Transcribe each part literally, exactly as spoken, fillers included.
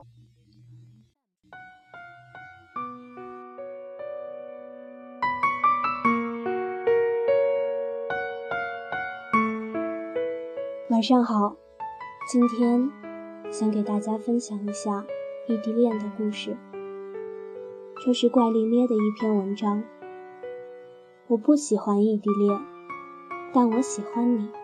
晚上好，今天想给大家分享一下异地恋的故事。这是怪力咩的一篇文章。我不喜欢异地恋，但我喜欢你。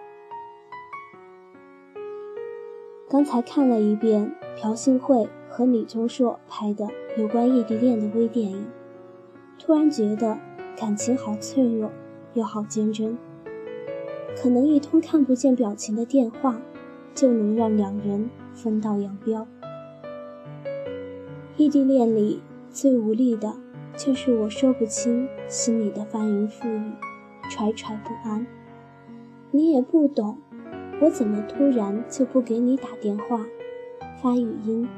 刚才看了一遍朴信惠和李钟硕拍的有关异地恋的微电影，突然觉得感情好脆弱又好坚贞，可能一通看不见表情的电话就能让两人分道扬镳。异地恋里最无力的就是我说不清心里的翻云覆雨，惴惴不安。你也不懂我怎么突然就不给你打电话发语音。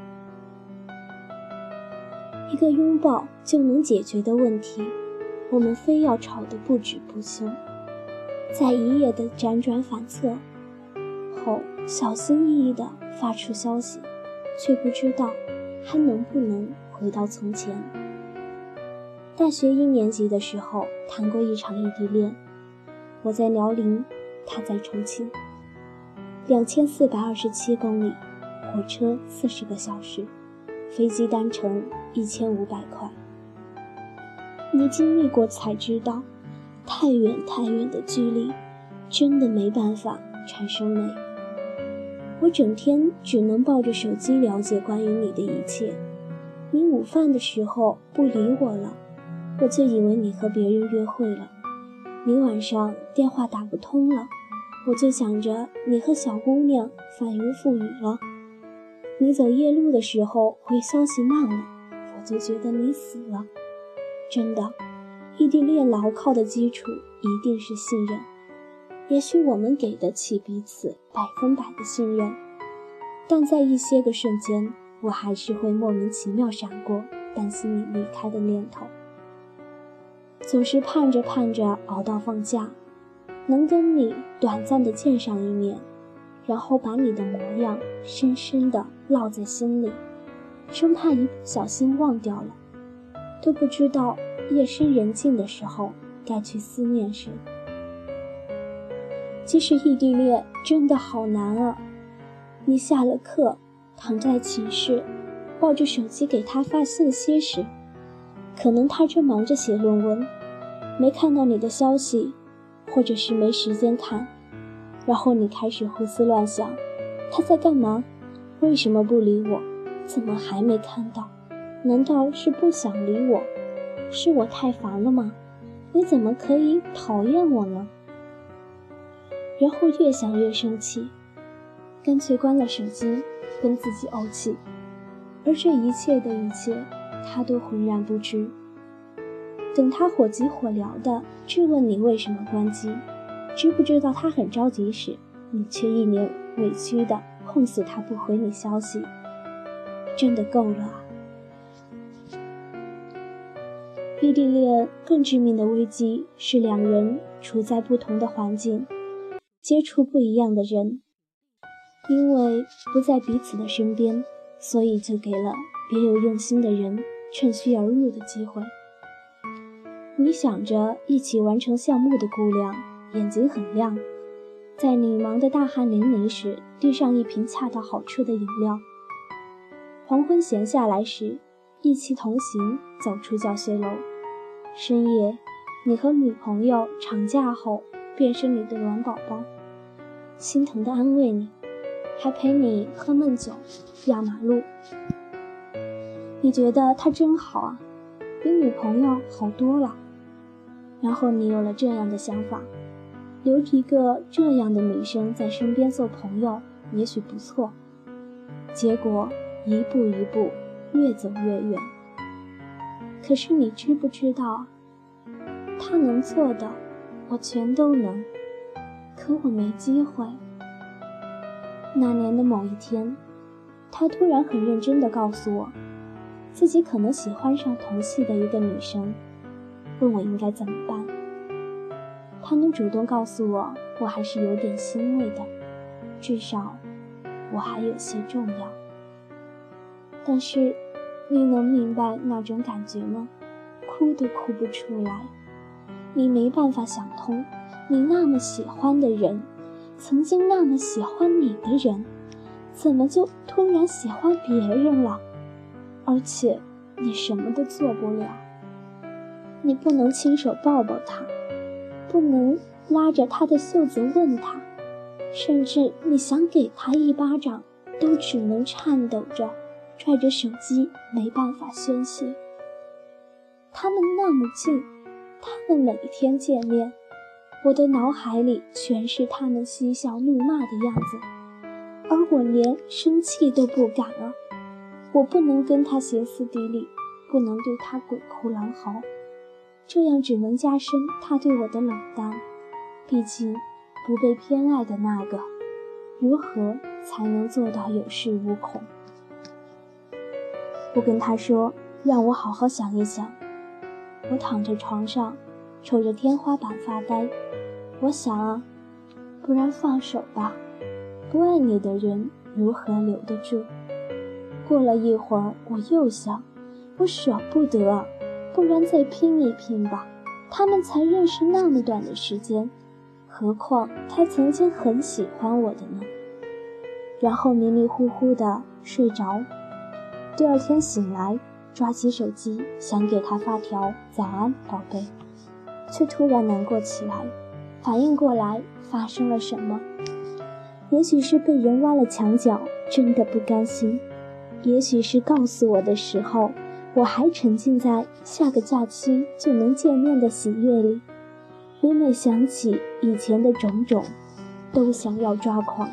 一个拥抱就能解决的问题，我们非要吵得不止不休，在一夜的辗转反侧后小心翼翼地发出消息，却不知道还能不能回到从前。大学一年级的时候谈过一场异地恋，我在辽宁，他在重庆，两千四百二十七公里，火车四十个小时，飞机单程一千五百块。你经历过才知道，太远太远的距离真的没办法产生美。我整天只能抱着手机了解关于你的一切。你午饭的时候不理我了，我就以为你和别人约会了。你晚上电话打不通了，我就想着你和小姑娘翻云覆雨了。你走夜路的时候回消息慢了，我就觉得你死了。真的，异地恋牢靠的基础一定是信任。也许我们给得起彼此百分百的信任，但在一些个瞬间，我还是会莫名其妙闪过担心你离开的念头。总是盼着盼着熬到放假，能跟你短暂的见上一面，然后把你的模样深深地烙在心里，生怕一不小心忘掉了，都不知道夜深人静的时候该去思念谁。其实异地恋真的好难啊！你下了课，躺在寝室，抱着手机给他发信息时，可能他正忙着写论文，没看到你的消息，或者是没时间看，然后你开始胡思乱想，他在干嘛？为什么不理我？怎么还没看到？难道是不想理我？是我太烦了吗？你怎么可以讨厌我呢？然后越想越生气，干脆关了手机，跟自己怄气。而这一切的一切，他都浑然不知。等他火急火燎地质问你为什么关机，知不知道他很着急时，你却一脸委屈地控诉他不回你消息。真的够了啊！异地恋更致命的危机是两人处在不同的环境，接触不一样的人，因为不在彼此的身边，所以就给了别有用心的人趁虚而入的机会。你想着一起完成项目的姑娘眼睛很亮，在你忙得大汗淋漓时递上一瓶恰到好处的饮料。黄昏闲下来时一起同行走出教学楼。深夜你和女朋友吵架后变身你的软宝宝，心疼地安慰你，还陪你喝闷酒压马路。你觉得他真好啊，比女朋友好多了。然后你有了这样的想法，留一个这样的女生在身边做朋友也许不错。结果一步一步越走越远。可是你知不知道，他能做的我全都能，可我没机会。那年的某一天，他突然很认真地告诉我，自己可能喜欢上同系的一个女生，问我应该怎么办。他能主动告诉我，我还是有点欣慰的，至少我还有些重要。 但是你能明白那种感觉吗？哭都哭不出来。你没办法想通，你那么喜欢的人，曾经那么喜欢你的人，怎么就突然喜欢别人了？而且你什么都做不了，你不能亲手抱抱他，不能拉着他的袖子问他，甚至你想给他一巴掌，都只能颤抖着拽着手机，没办法宣泄。他们那么近，他们每天见面，我的脑海里全是他们嬉笑怒骂的样子，而我连生气都不敢了。我不能跟他歇斯底里，不能对他鬼哭狼嚎，这样只能加深他对我的冷淡。毕竟不被偏爱的那个，如何才能做到有恃无恐？我跟他说，让我好好想一想。我躺在床上，瞅着天花板发呆。我想啊，不然放手吧，不爱你的人如何留得住？过了一会儿，我又想，我舍不得，不然再拼一拼吧。他们才认识那么短的时间，何况他曾经很喜欢我的呢。然后迷迷糊糊的睡着。第二天醒来，抓起手机想给他发条早安宝贝，却突然难过起来，反应过来发生了什么。也许是被人挖了墙角，真的不甘心，也许是告诉我的时候，我还沉浸在下个假期就能见面的喜悦里，每每想起以前的种种，都想要抓狂。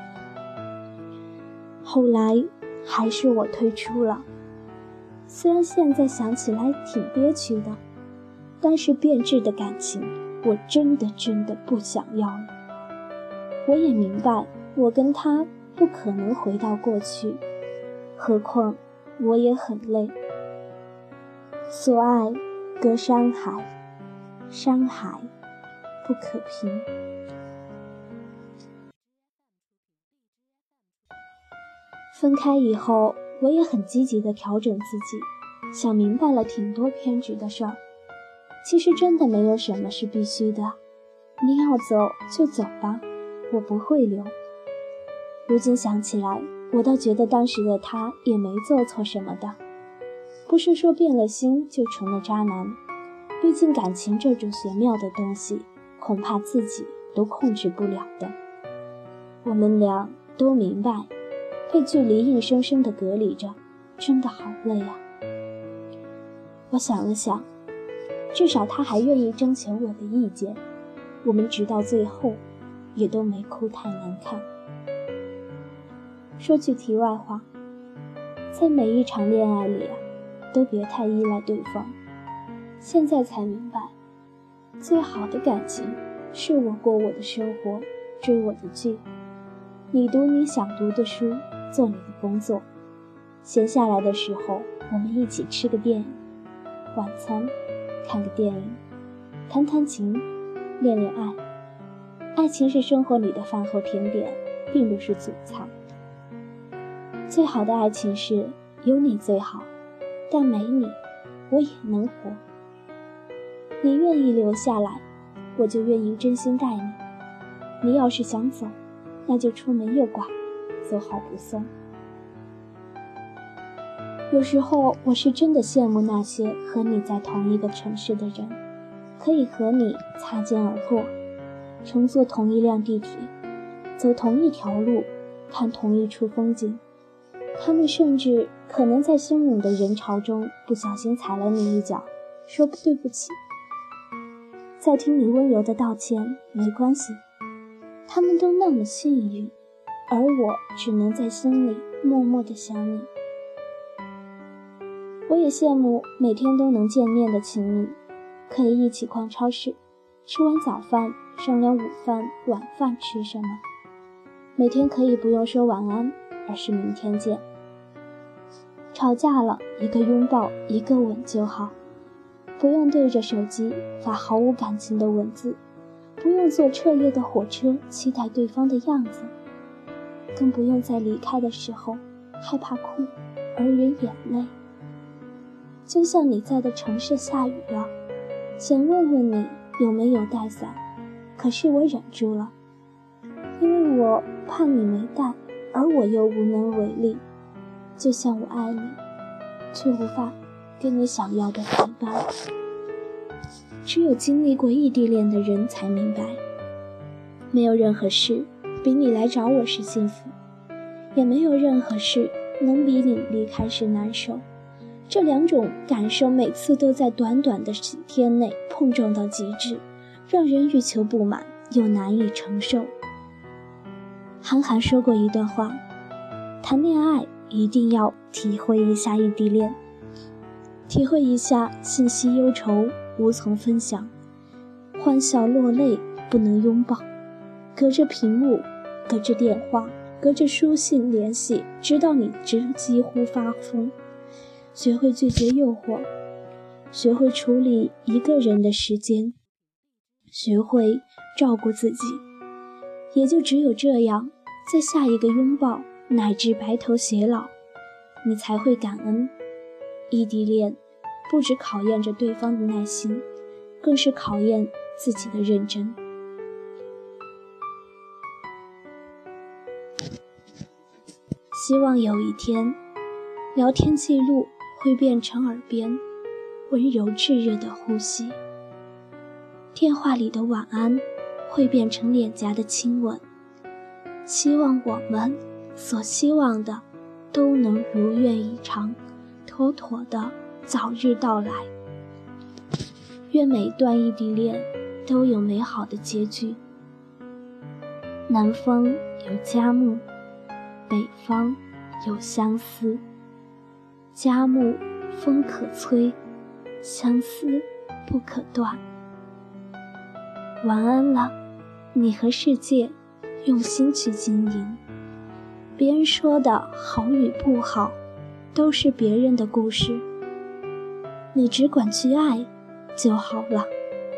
后来还是我退出了，虽然现在想起来挺憋屈的，但是变质的感情我真的真的不想要了。我也明白我跟他不可能回到过去，何况我也很累。所爱隔山海，山海不可平。分开以后，我也很积极地调整自己，想明白了挺多偏执的事儿。其实真的没有什么是必须的，你要走就走吧，我不会留。如今想起来，我倒觉得当时的他也没做错什么的，不是说变了心就成了渣男。毕竟感情这种玄妙的东西，恐怕自己都控制不了的。我们俩都明白，被距离硬生生地隔离着，真的好累啊。我想了想，至少他还愿意征求我的意见，我们直到最后也都没哭太难看。说句题外话，在每一场恋爱里啊，都别太依赖对方。现在才明白，最好的感情是我过我的生活，追我的剧，你读你想读的书，做你的工作。闲下来的时候，我们一起吃个电影，晚餐看个电影，谈谈情，恋恋爱。爱情是生活里的饭后甜点，并不是主菜。最好的爱情是有你最好，但没你我也能活。你愿意留下来，我就愿意真心待你。你要是想走，那就出门右拐，走好不送。有时候我是真的羡慕那些和你在同一个城市的人，可以和你擦肩而过，乘坐同一辆地铁，走同一条路，看同一处风景。他们甚至可能在汹涌的人潮中不小心踩了你一脚，说对不起，再听你温柔的道歉，没关系。他们都那么幸运，而我只能在心里默默地想你。我也羡慕每天都能见面的情侣，可以一起逛超市，吃完早饭商量午饭晚饭吃什么，每天可以不用说晚安，而是明天见。吵架了，一个拥抱一个吻就好，不用对着手机发毫无感情的文字，不用坐彻夜的火车期待对方的样子，更不用在离开的时候害怕哭而忍眼泪。就像你在的城市下雨了，想问问你有没有带伞，可是我忍住了，因为我怕你没带，而我又无能为力。就像我爱你，却无法给你想要的陪伴。只有经历过异地恋的人才明白，没有任何事比你来找我时幸福，也没有任何事能比你离开时难受。这两种感受每次都在短短的几天内碰撞到极致，让人欲求不满又难以承受。韩寒说过一段话，谈恋爱一定要体会一下异地恋，体会一下信息忧愁无从分享，欢笑落泪不能拥抱，隔着屏幕，隔着电话，隔着书信联系，直到你直几乎发疯。学会拒绝诱惑，学会处理一个人的时间，学会照顾自己。也就只有这样，在下一个拥抱乃至白头偕老，你才会感恩。异地恋不只考验着对方的耐心，更是考验自己的认真。希望有一天，聊天记录会变成耳边温柔炙热的呼吸，电话里的晚安会变成脸颊的亲吻。希望我们所希望的都能如愿以偿，妥妥的早日到来。愿每段异地恋都有美好的结局。南方有佳木，北方有相思。佳木风可吹，相思不可断。晚安了，你和世界用心去经营。别人说的好与不好，都是别人的故事，你只管去爱就好了。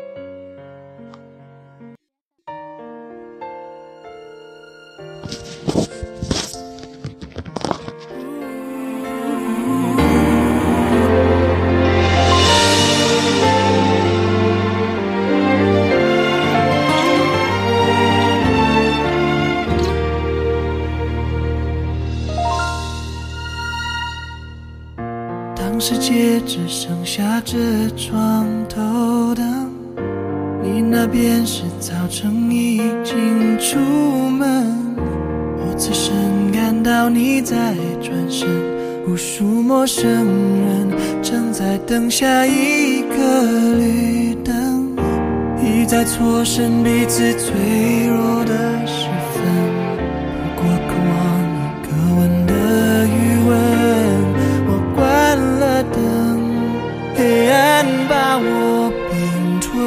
当世界只剩下这床头灯，你那边是早晨已经出门，我此生感到你在转身，无数陌生人正在等下一个绿灯，一再错身彼此脆弱的时分，不过渴望一个吻的余温。关了灯，黑暗把我并吞。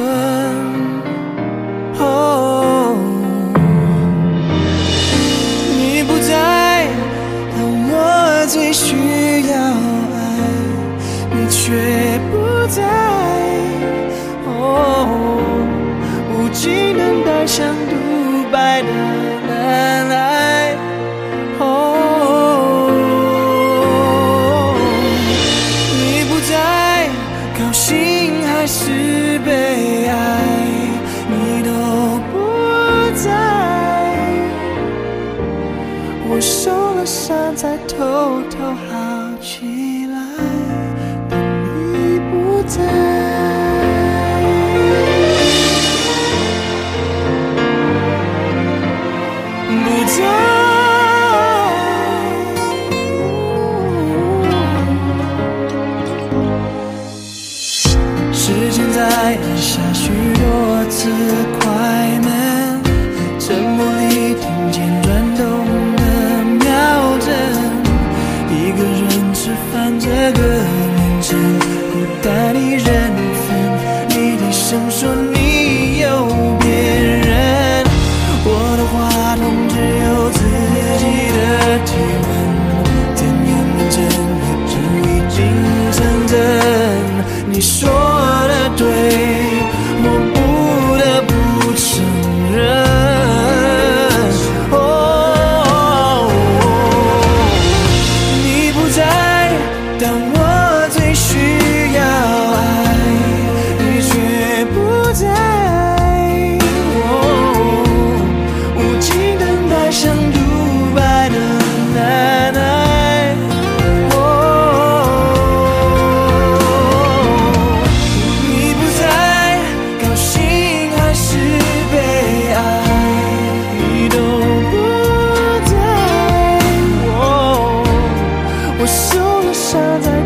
哦，你不在，当我最需要爱，你却不在。哦，无尽等待像独白的难挨。哦，高兴还是悲哀，你都不在。我受了伤才偷偷好起来，但你不在，不在。时间在按下许多次快门，沉默里听见转动的秒针。一个人吃饭这个凌晨，不带你人分，你低声说你有别人。我的话筒只有自己的体温，怎样认真也只已经成真。你说对，我不得不承认。哦， 我受了伤在